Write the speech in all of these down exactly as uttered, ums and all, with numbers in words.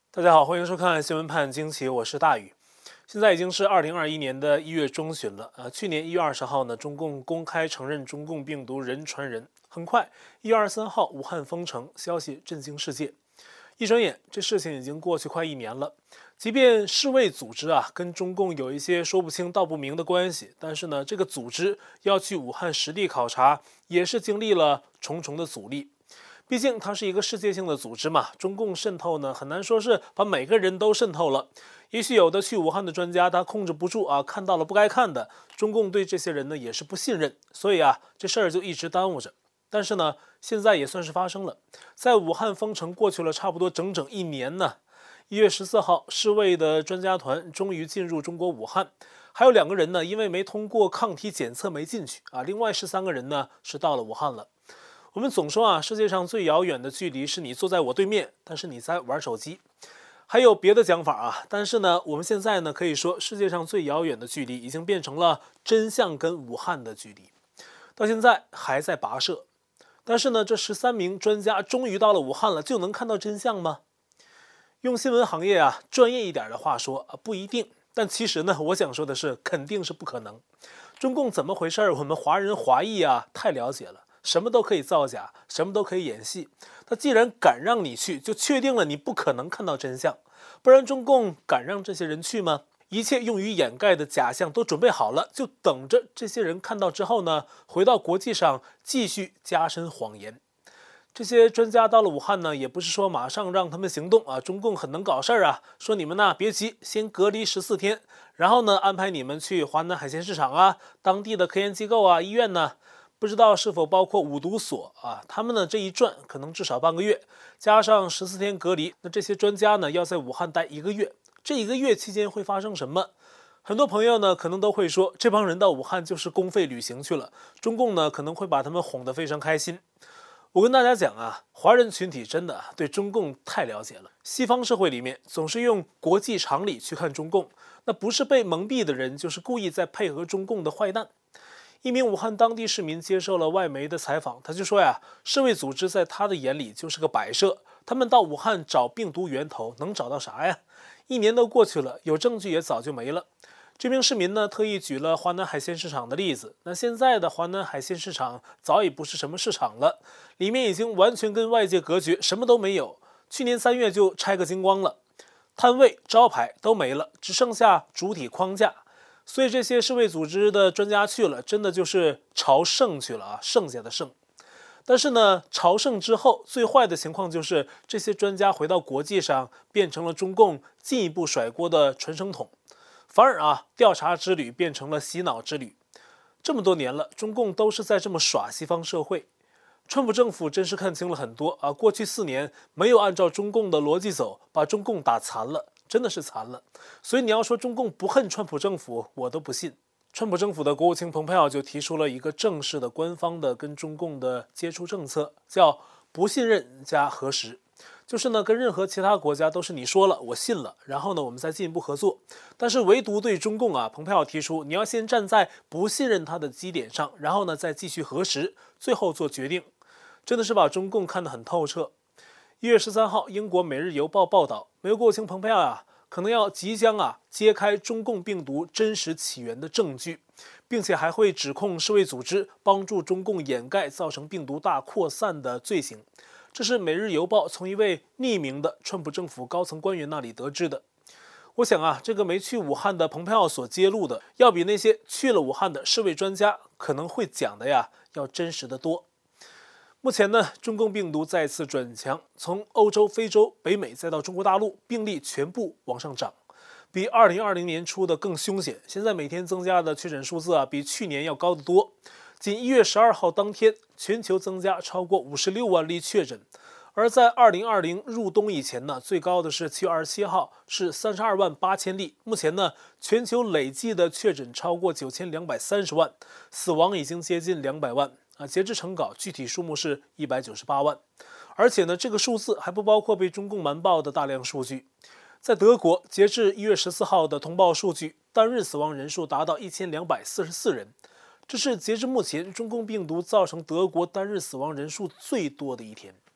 大家好，欢迎收看新闻判惊奇，我是大宇。现在已经是二零二一年的一月中旬了啊。去年一月二十号呢，中共公开承认中共病毒人传人。很快，一月二十三号，武汉封城，消息震惊世界。一转眼，这事情已经过去快一年了。即便世卫组织啊跟中共有一些说不清道不明的关系，但是呢，这个组织要去武汉实地考察，也是经历了重重的阻力。毕竟它是一个世界性的组织嘛，中共渗透呢，很难说是把每个人都渗透了。也许有的去武汉的专家他控制不住啊，看到了不该看的，中共对这些人呢也是不信任，所以啊这事儿就一直耽误着。但是呢，现在也算是发生了，在武汉封城过去了差不多整整一年呢。一月十四号，世卫的专家团终于进入中国武汉，还有两个人呢，因为没通过抗体检测没进去啊，另外十三个人呢是到了武汉了。我们总说啊，世界上最遥远的距离是你坐在我对面，但是你在玩手机。还有别的讲法啊，但是呢，我们现在呢可以说，世界上最遥远的距离已经变成了真相跟武汉的距离，到现在还在跋涉。但是呢，这十三名专家终于到了武汉了，就能看到真相吗？用新闻行业啊专业一点的话说啊，不一定。但其实呢，我想说的是，肯定是不可能。中共怎么回事？我们华人华裔啊太了解了。什么都可以造假，什么都可以演戏。他既然敢让你去，就确定了你不可能看到真相。不然中共敢让这些人去吗？一切用于掩盖的假象都准备好了，就等着这些人看到之后呢，回到国际上继续加深谎言。这些专家到了武汉呢，也不是说马上让他们行动啊，中共很能搞事儿啊，说你们呢别急，先隔离十四天，然后呢安排你们去华南海鲜市场啊、当地的科研机构啊、医院呢。不知道是否包括五毒所啊？他们呢这一转可能至少半个月，加上十四天隔离，那这些专家呢要在武汉待一个月。这一个月期间会发生什么？很多朋友呢可能都会说，这帮人到武汉就是公费旅行去了，中共呢可能会把他们哄得非常开心。我跟大家讲啊，华人群体真的对中共太了解了。西方社会里面总是用国际常理去看中共，那不是被蒙蔽的人，就是故意在配合中共的坏蛋。一名武汉当地市民接受了外媒的采访，他就说呀，世卫组织在他的眼里就是个摆设，他们到武汉找病毒源头能找到啥呀？一年都过去了，有证据也早就没了。这名市民呢，特意举了华南海鲜市场的例子。那现在的华南海鲜市场早已不是什么市场了，里面已经完全跟外界隔绝，什么都没有。去年三月就拆个精光了，摊位、招牌都没了，只剩下主体框架。所以这些世卫组织的专家去了，真的就是朝圣去了啊，剩下的剩。但是呢，朝圣之后，最坏的情况就是这些专家回到国际上，变成了中共进一步甩锅的传声筒，反而啊，调查之旅变成了洗脑之旅。这么多年了，中共都是在这么耍西方社会。川普政府真是看清了很多啊，过去四年没有按照中共的逻辑走，把中共打残了。真的是残了，所以你要说中共不恨川普政府，我都不信。川普政府的国务卿蓬佩奥就提出了一个正式的、官方的跟中共的接触政策，叫不信任加核实。就是呢，跟任何其他国家都是你说了我信了，然后呢我们再进一步合作。但是唯独对中共啊，蓬佩奥提出你要先站在不信任他的基点上，然后呢再继续核实，最后做决定。真的是把中共看得很透彻。一月十三号，英国《每日邮报》报道，美国国务卿蓬佩奥啊，可能要即将啊揭开中共病毒真实起源的证据，并且还会指控世卫组织帮助中共掩盖造成病毒大扩散的罪行。这是《每日邮报》从一位匿名的川普政府高层官员那里得知的。我想啊，这个没去武汉的蓬佩奥所揭露的，要比那些去了武汉的世卫专家可能会讲的呀要真实的多。目前呢，中共病毒再次转强，从欧洲、非洲、北美再到中国大陆，病例全部往上涨，比二零二零年初的更凶险。现在每天增加的确诊数字啊，比去年要高得多。仅一月十二号当天，全球增加超过五十六万例确诊，而在二零二零入冬以前呢，最高的是七月二十七号，是三十二万八千例。目前呢，全球累计的确诊超过九千两百三十万，死亡已经接近两百万。啊，截至成稿，具体数目是一百九十八万，而且呢，这个数字还不包括被中共瞒报的大量数据。在德国，截至一月十四号的通报数据，单日死亡人数达到一千两百四十四人，这是截至目前中共病毒造成德国单日死亡人数最多的一天。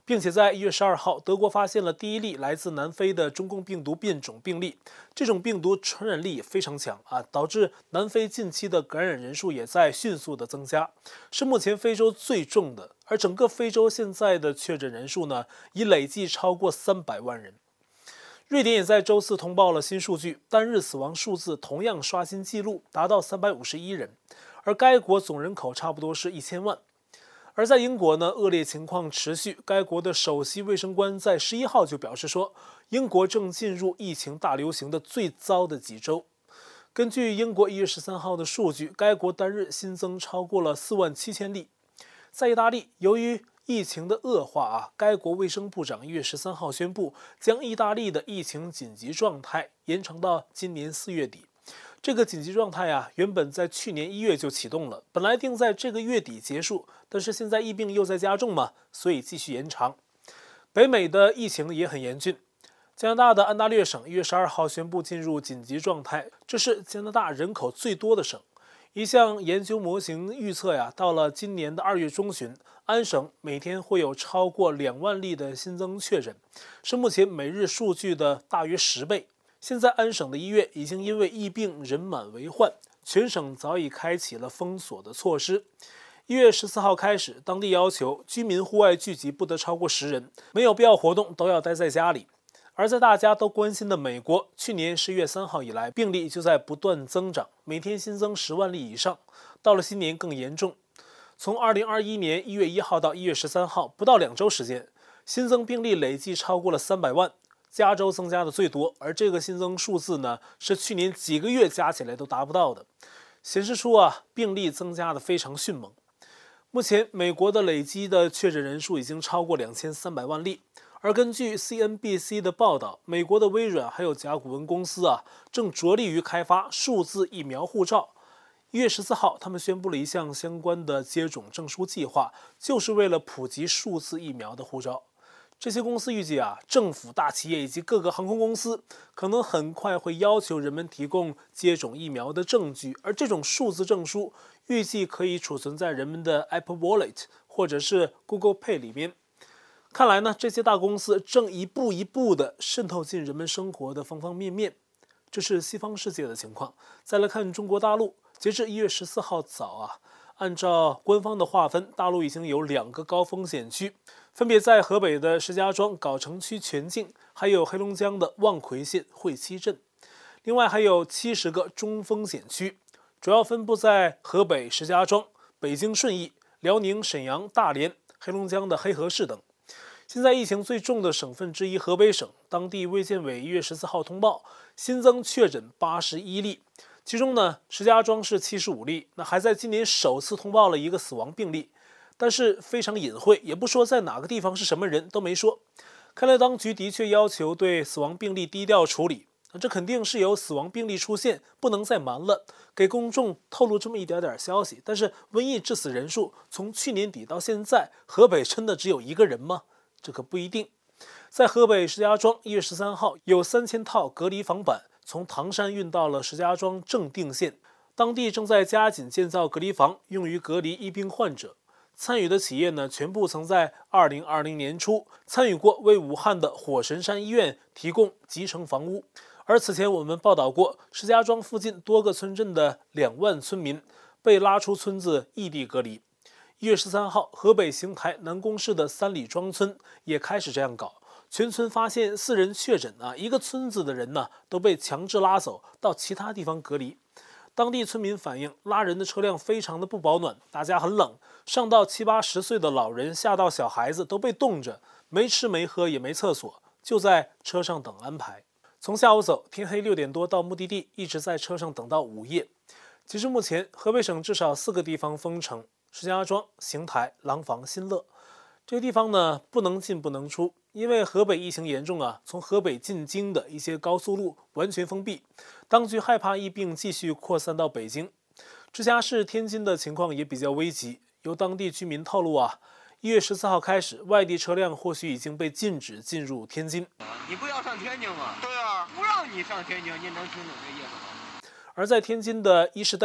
并且在一月十二号，德国发现了第一例来自南非的中共病毒变种病例。这种病毒传染力非常强啊，导致南非近期的感染人数也在迅速的增加，是目前非洲最重的。而整个非洲现在的确诊人数呢，已累计超过三百万人。瑞典也在周四通报了新数据，单日死亡数字同样刷新纪录，达到三百五十一人，而该国总人口差不多是一千万。而在英国呢，恶劣情况持续。该国的首席卫生官在十一号就表示说，英国正进入疫情大流行的最糟的几周。根据英国一月十三号的数据，该国单日新增超过了四万七千例。在意大利，由于疫情的恶化啊，该国卫生部长一月十三号宣布，将意大利的疫情紧急状态延长到今年四月底。这个紧急状态啊，原本在去年一月就启动了，本来定在这个月底结束，但是现在疫病又在加重嘛，所以继续延长。北美的疫情也很严峻，加拿大的安大略省一月十二号宣布进入紧急状态，这是加拿大人口最多的省。一项研究模型预测呀，到了今年的二月中旬，安省每天会有超过两万例的新增确诊，是目前每日数据的大约十倍。现在安省的医院已经因为疫病人满为患，全省早已开启了封锁的措施。一月十四号开始，当地要求居民户外聚集不得超过十人，没有必要活动都要待在家里。而在大家都关心的美国，去年十月三号以来，病例就在不断增长，每天新增十万例以上。到了新年更严重，从二零二一年一月一号到一月十三号，不到两周时间，新增病例累计超过了三百万。加州增加的最多，而这个新增数字呢，是去年几个月加起来都达不到的，显示出啊，病例增加的非常迅猛。目前，美国的累积的确诊人数已经超过两千三百万例。而根据 C N B C 的报道，美国的微软还有甲骨文公司啊，正着力于开发数字疫苗护照。一月十四号，他们宣布了一项相关的接种证书计划，就是为了普及数字疫苗的护照。这些公司预计啊，政府、大企业以及各个航空公司可能很快会要求人们提供接种疫苗的证据，而这种数字证书预计可以储存在人们的 Apple Wallet 或者是 Google Pay 里面。看来呢，这些大公司正一步一步地渗透进人们生活的方方面面。这是西方世界的情况。再来看中国大陆，截至一月十四号早啊，按照官方的划分，大陆已经有两个高风险区，分别在河北的石家庄藁城区全境，还有黑龙江的望奎县会稽镇。另外还有七十个中风险区，主要分布在河北石家庄、北京顺义、辽宁沈阳、大连、黑龙江的黑河市等。现在疫情最重的省份之一河北省，当地卫健委一月十四号通报新增确诊八十一例，其中呢石家庄是七十五例，那还在今年首次通报了一个死亡病例，但是非常隐晦，也不说在哪个地方是什么人都没说。看来当局的确要求对死亡病例低调处理，这肯定是有死亡病例出现，不能再瞒了，给公众透露这么一点点消息。但是瘟疫致死人数从去年底到现在，河北真的只有一个人吗？这可不一定。在河北石家庄，一月十三号有三千套隔离房板从唐山运到了石家庄正定县，当地正在加紧建造隔离房，用于隔离疫病患者。参与的企业呢，全部曾在二零二零年初参与过为武汉的火神山医院提供集成房屋。而此前我们报道过，石家庄附近多个村镇的两万村民被拉出村子异地隔离。一月十三号，河北邢台南宫市的三里庄村也开始这样搞，全村发现四人确诊啊，一个村子的人呢都被强制拉走到其他地方隔离。当地村民反映，拉人的车辆非常的不保暖，大家很冷，上到七八十岁的老人，下到小孩子都被冻着，没吃没喝也没厕所，就在车上等安排。从下午走，天黑六点多到目的地，一直在车上等到午夜。截至目前，河北省至少四个地方封城。石家庄、邢台、廊坊、新乐这些地方呢，不能进不能出，因为河北疫情严重啊，从河北进京的一些高速路完全封闭，当局害怕疫病继续扩散到北京。直辖市天津的情况也比较危急，由当地居民透露啊，一月十四号开始，外地车辆或许已经被禁止进入天津。 你不要上天津吗？ 对啊， 不让你上天津，你能听懂这意思吗？ 而在天津的伊势丹，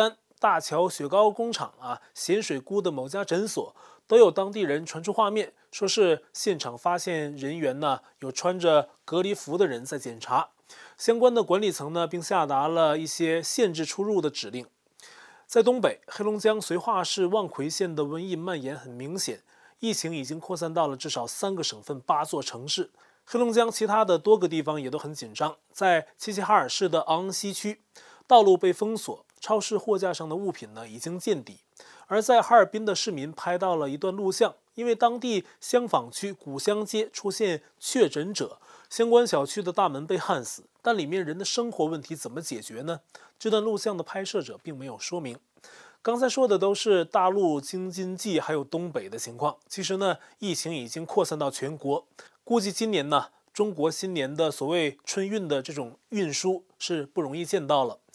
大桥雪糕工厂啊、咸水沽的某家诊所，都有当地人传出画面，说是现场发现人员呢有穿着隔离服的人在检查。相关的管理层呢，并下达了一些限制出入的指令。在东北，黑龙江绥化市望奎县的瘟疫蔓延很明显，疫情已经扩散到了至少三个省份、八座城市。黑龙江其他的多个地方也都很紧张，在齐齐哈尔市的昂西区，道路被封锁，超市货架上的物品呢已经见底。而在哈尔滨的市民拍到了一段录像，因为当地香坊区古香街出现确诊者，相关小区的大门被焊死，但里面人的生活问题怎么解决呢？这段录像的拍摄者并没有说明。刚才说的都是大陆、京津冀还有东北的情况，其实呢，疫情已经扩散到全国。估计今年呢，中国新年的所谓春运的这种运输是不容易见到了。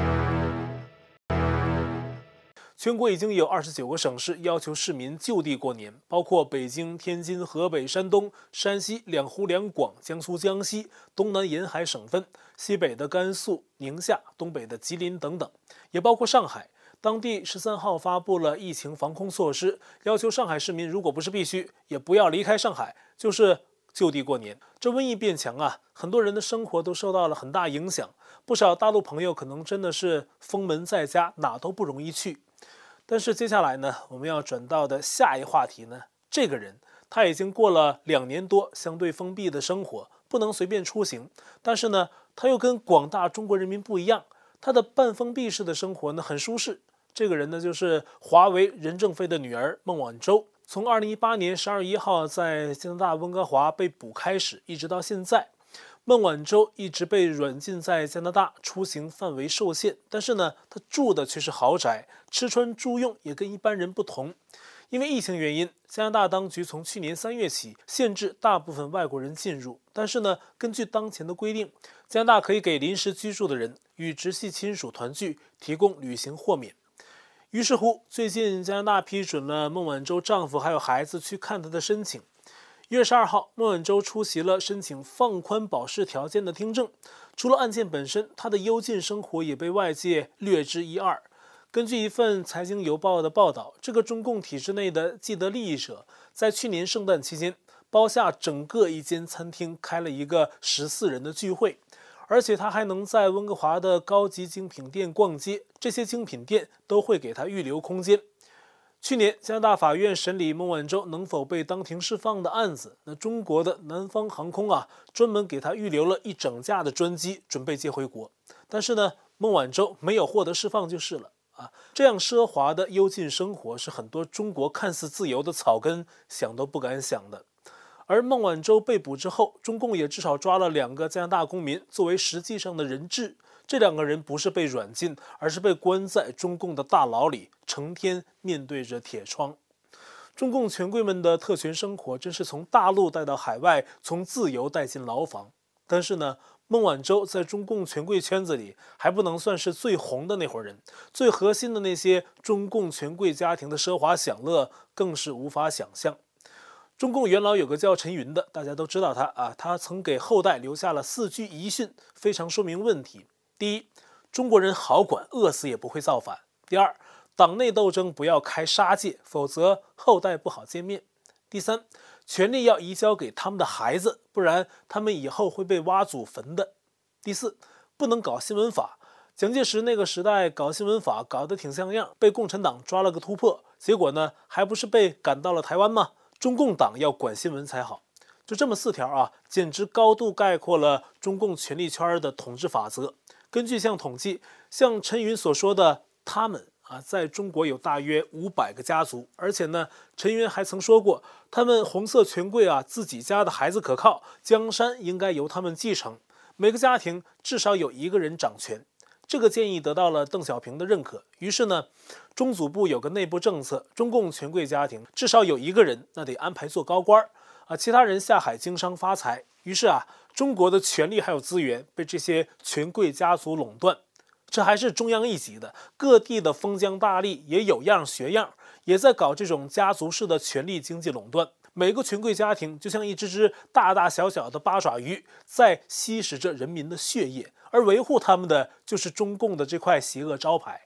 全国已经有二十九个省市要求市民就地过年，包括北京、天津、河北、山东、山西、两湖两广、江苏、江西、东南沿海省份，西北的甘肃、宁夏、东北的吉林等等，也包括上海。当地十三号发布了疫情防控措施，要求上海市民如果不是必须，也不要离开上海，就是就地过年。这瘟疫变强啊，很多人的生活都受到了很大影响，不少大陆朋友可能真的是封门在家，哪都不容易去。但是接下来呢，我们要转到的下一话题呢，这个人他已经过了两年多相对封闭的生活，不能随便出行，但是呢，他又跟广大中国人民不一样，他的半封闭式的生活呢很舒适。这个人呢，就是华为任正非的女儿孟晚舟。从二零一八年十二月一号在加拿大温哥华被捕开始，一直到现在，孟晚舟一直被软禁在加拿大，出行范围受限。但是呢，她住的却是豪宅，吃穿住用也跟一般人不同。因为疫情原因，加拿大当局从去年三月起限制大部分外国人进入。但是呢，根据当前的规定，加拿大可以给临时居住的人与直系亲属团聚，提供旅行豁免。于是乎，最近加拿大批准了孟晚舟丈夫还有孩子去看她的申请。一月十二号，孟晚舟出席了申请放宽保释条件的听证。除了案件本身，她的幽禁生活也被外界略知一二。根据一份财经邮报的报道，这个中共体制内的既得利益者，在去年圣诞期间，包下整个一间餐厅开了一个十四人的聚会。而且他还能在温哥华的高级精品店逛街，这些精品店都会给他预留空间。去年加拿大法院审理孟晚舟能否被当庭释放的案子，那中国的南方航空啊，专门给他预留了一整架的专机，准备接回国。但是呢，孟晚舟没有获得释放就是了啊！这样奢华的幽禁生活，是很多中国看似自由的草根想都不敢想的。而孟晚舟被捕之后，中共也至少抓了两个加拿大公民作为实际上的人质。这两个人不是被软禁，而是被关在中共的大牢里，成天面对着铁窗。中共权贵们的特权生活真是从大陆带到海外，从自由带进牢房。但是呢，孟晚舟在中共权贵圈子里还不能算是最红的那伙人，最核心的那些中共权贵家庭的奢华享乐更是无法想象。中共元老有个叫陈云的，大家都知道他啊，他曾给后代留下了四句遗训，非常说明问题。第一，中国人好管，饿死也不会造反。第二，党内斗争不要开杀戒，否则后代不好见面。第三，权力要移交给他们的孩子，不然他们以后会被挖祖坟的。第四，不能搞新闻法。蒋介石那个时代搞新闻法搞得挺像样，被共产党抓了个突破，结果呢，还不是被赶到了台湾吗？中共党要管新闻才好。就这么四条啊，简直高度概括了中共权力圈的统治法则。根据项统计，像陈云所说的，他们啊，在中国有大约五百个家族，而且呢，陈云还曾说过，他们红色权贵啊，自己家的孩子可靠，江山应该由他们继承，每个家庭至少有一个人掌权。这个建议得到了邓小平的认可，于是呢，中组部有个内部政策，中共权贵家庭至少有一个人，那得安排做高官啊，其他人下海经商发财。于是啊，中国的权力还有资源被这些权贵家族垄断。这还是中央一级的，各地的封疆大吏也有样学样，也在搞这种家族式的权力经济垄断。每个权贵家庭就像一只只大大小小的八爪鱼，在吸食着人民的血液，而维护他们的就是中共的这块邪恶招牌。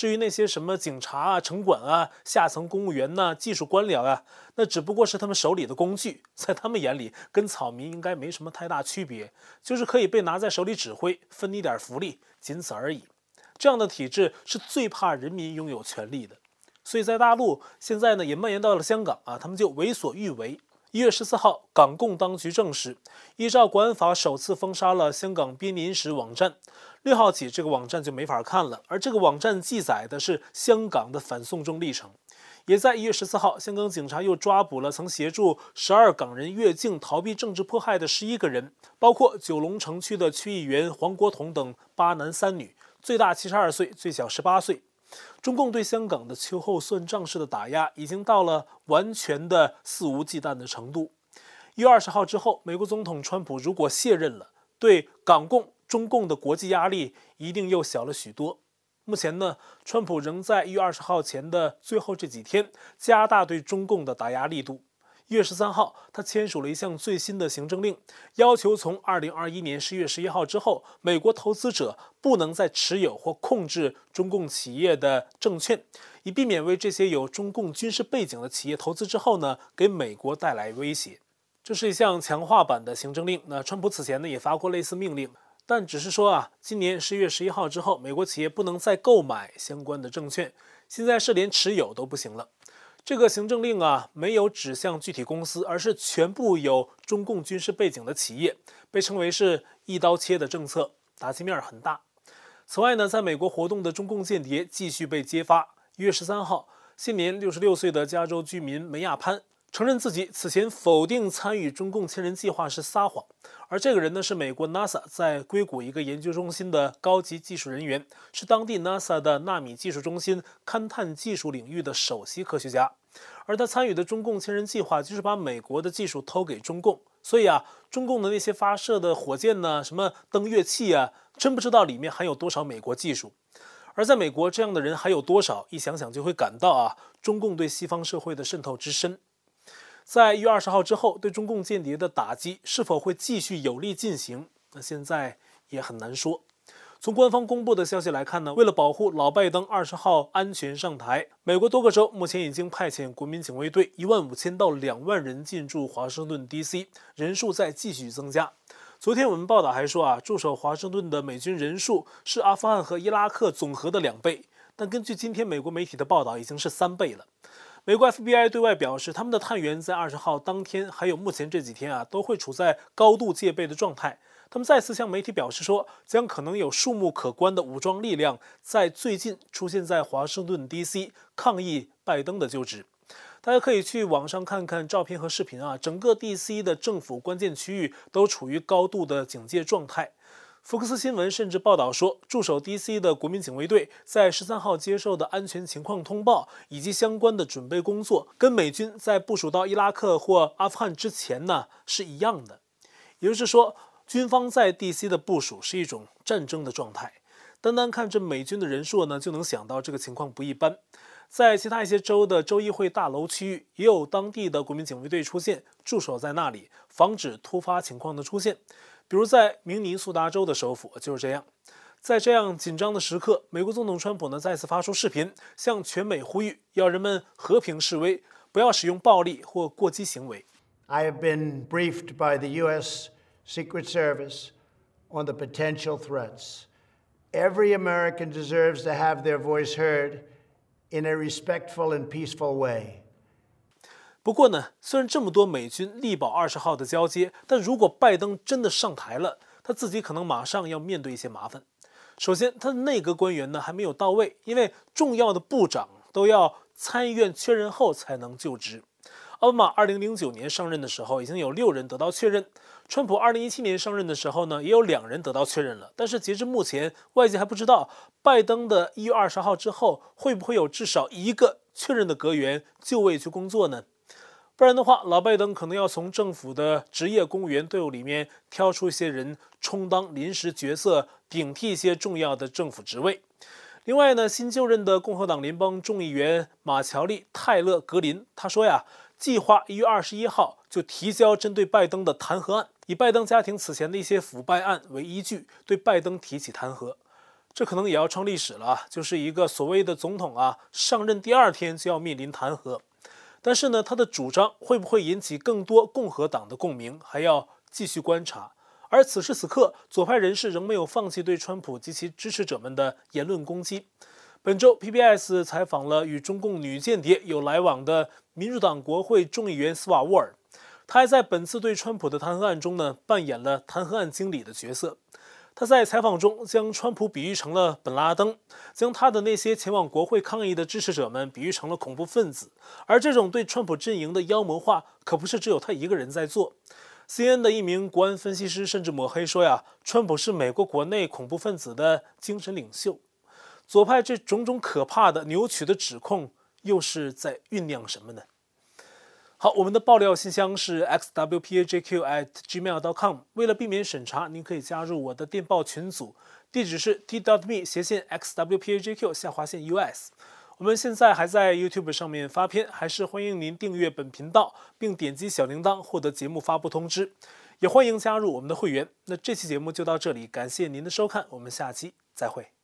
至于那些什么警察啊、城管啊、下层公务员呐、啊、技术官僚啊，那只不过是他们手里的工具，在他们眼里跟草民应该没什么太大区别，就是可以被拿在手里指挥，分你点福利，仅此而已。这样的体制是最怕人民拥有权力的。所以在大陆现在呢也蔓延到了香港啊，他们就为所欲为。一月十四号，港共当局证实，依照国安法首次封杀了香港编年史网站。六号起，这个网站就没法看了，而这个网站记载的是香港的反送中历程。也在一月十四号，香港警察又抓捕了曾协助十二港人越境逃避政治迫害的十一个人，包括九龙城区的区议员黄国同等八男三女，最大七十二岁，最小十八岁。中共对香港的秋后算账式的打压已经到了完全的肆无忌惮的程度。一月二十号之后，美国总统川普如果卸任了，对港共、中共的国际压力一定又小了许多。目前呢，川普仍在一月二十号前的最后这几天加大对中共的打压力度。一月十三号，他签署了一项最新的行政令，要求从二零二一年十月十一号之后，美国投资者不能再持有或控制中共企业的证券，以避免为这些有中共军事背景的企业投资之后呢，给美国带来威胁。这是一项强化版的行政令。那川普此前呢也发过类似命令，但只是说啊，今年十一月十一号之后，美国企业不能再购买相关的证券，现在是连持有都不行了。这个行政令啊，没有指向具体公司，而是全部有中共军事背景的企业，被称为是一刀切的政策，打击面很大。此外呢，在美国活动的中共间谍继续被揭发。一月十三号，现年六十六岁的加州居民梅亚潘承认自己此前否定参与中共千人计划是撒谎，而这个人呢是美国 NASA 在硅谷一个研究中心的高级技术人员，是当地 NASA 的纳米技术中心勘探技术领域的首席科学家。而他参与的中共千人计划就是把美国的技术偷给中共，所以啊，中共的那些发射的火箭呢，什么登月器啊，真不知道里面含有多少美国技术。而在美国，这样的人还有多少？一想想就会感到啊，中共对西方社会的渗透之深。在一月二十号之后，对中共间谍的打击是否会继续有力进行？那现在也很难说。从官方公布的消息来看呢，为了保护老拜登二十号安全上台，美国多个州目前已经派遣国民警卫队一万五千到两万人进驻华盛顿 D C， 人数在继续增加。昨天我们报道还说啊，驻守华盛顿的美军人数是阿富汗和伊拉克总和的两倍，但根据今天美国媒体的报道，已经是三倍了。美国 F B I 对外表示，他们的探员在二十号当天还有目前这几天啊，都会处在高度戒备的状态。他们再次向媒体表示说，将可能有数目可观的武装力量在最近出现在华盛顿 D C 抗议拜登的就职。大家可以去网上看看照片和视频啊，整个 D C 的政府关键区域都处于高度的警戒状态。福克斯新闻甚至报道说，驻守 D C 的国民警卫队在十三号接受的安全情况通报以及相关的准备工作，跟美军在部署到伊拉克或阿富汗之前呢是一样的。也就是说，军方在 D C 的部署是一种战争的状态。单单看这美军的人数呢，就能想到这个情况不一般。在其他一些州的州议会大楼区域，也有当地的国民警卫队出现，驻守在那里，防止突发情况的出现。比如在明尼苏达州的首府就是这样。在这样紧张的时刻，美国总统川普呢再次发出视频，向全美呼吁，要人们和平示威，不要使用暴力或过激行为。 I have been briefed by the U S Secret Service on the potential threats. Every American deserves to have their voice heard in a respectful and peaceful way. 不过呢，虽然这么多美军力保二十号的交接，但如果拜登真的上台了，他自己可能马上要面对一些麻烦。首先，他的内阁官员呢还没有到位，因为重要的部长都要参议院确认后才能就职。奥巴马二零零九年上任的时候，已经有六人得到确认；川普二零一七年上任的时候呢，也有两人得到确认了。但是截至目前，外界还不知道拜登的一月二十号之后会不会有至少一个确认的阁员就位去工作呢？不然的话，老拜登可能要从政府的职业公务员队伍里面挑出一些人充当临时角色，顶替一些重要的政府职位。另外呢，新就任的共和党联邦众议员马乔丽·泰勒·格林他说呀，计划一月二十一号就提交针对拜登的弹劾案，以拜登家庭此前的一些腐败案为依据，对拜登提起弹劾。 这可能也要创历史了啊，就是一个所谓的总统啊，上任第二天就要面临弹劾。但是呢，他的主张会不会引起更多共和党的共鸣，还要继续观察。而此时此刻，左派人士仍没有放弃对川普及其支持者们的言论攻击。本周 P B S 采访了与中共女间谍有来往的民主党国会众议员斯瓦沃尔，他还在本次对川普的弹劾案中呢，扮演了弹劾案经理的角色。他在采访中将川普比喻成了本拉登，将他的那些前往国会抗议的支持者们比喻成了恐怖分子。而这种对川普阵营的妖魔化，可不是只有他一个人在做。C N N 的一名国安分析师甚至抹黑说呀，川普是美国国内恐怖分子的精神领袖。左派这种种可怕的、扭曲的指控，又是在酝酿什么呢？好，我们的爆料信箱是 x w p a j q at gmail dot com。为了避免审查，您可以加入我的电报群组，地址是 t dot me 斜线 x w p a j q 下划线 u s。我们现在还在 YouTube 上面发片，还是欢迎您订阅本频道，并点击小铃铛获得节目发布通知。也欢迎加入我们的会员。那这期节目就到这里，感谢您的收看，我们下期再会。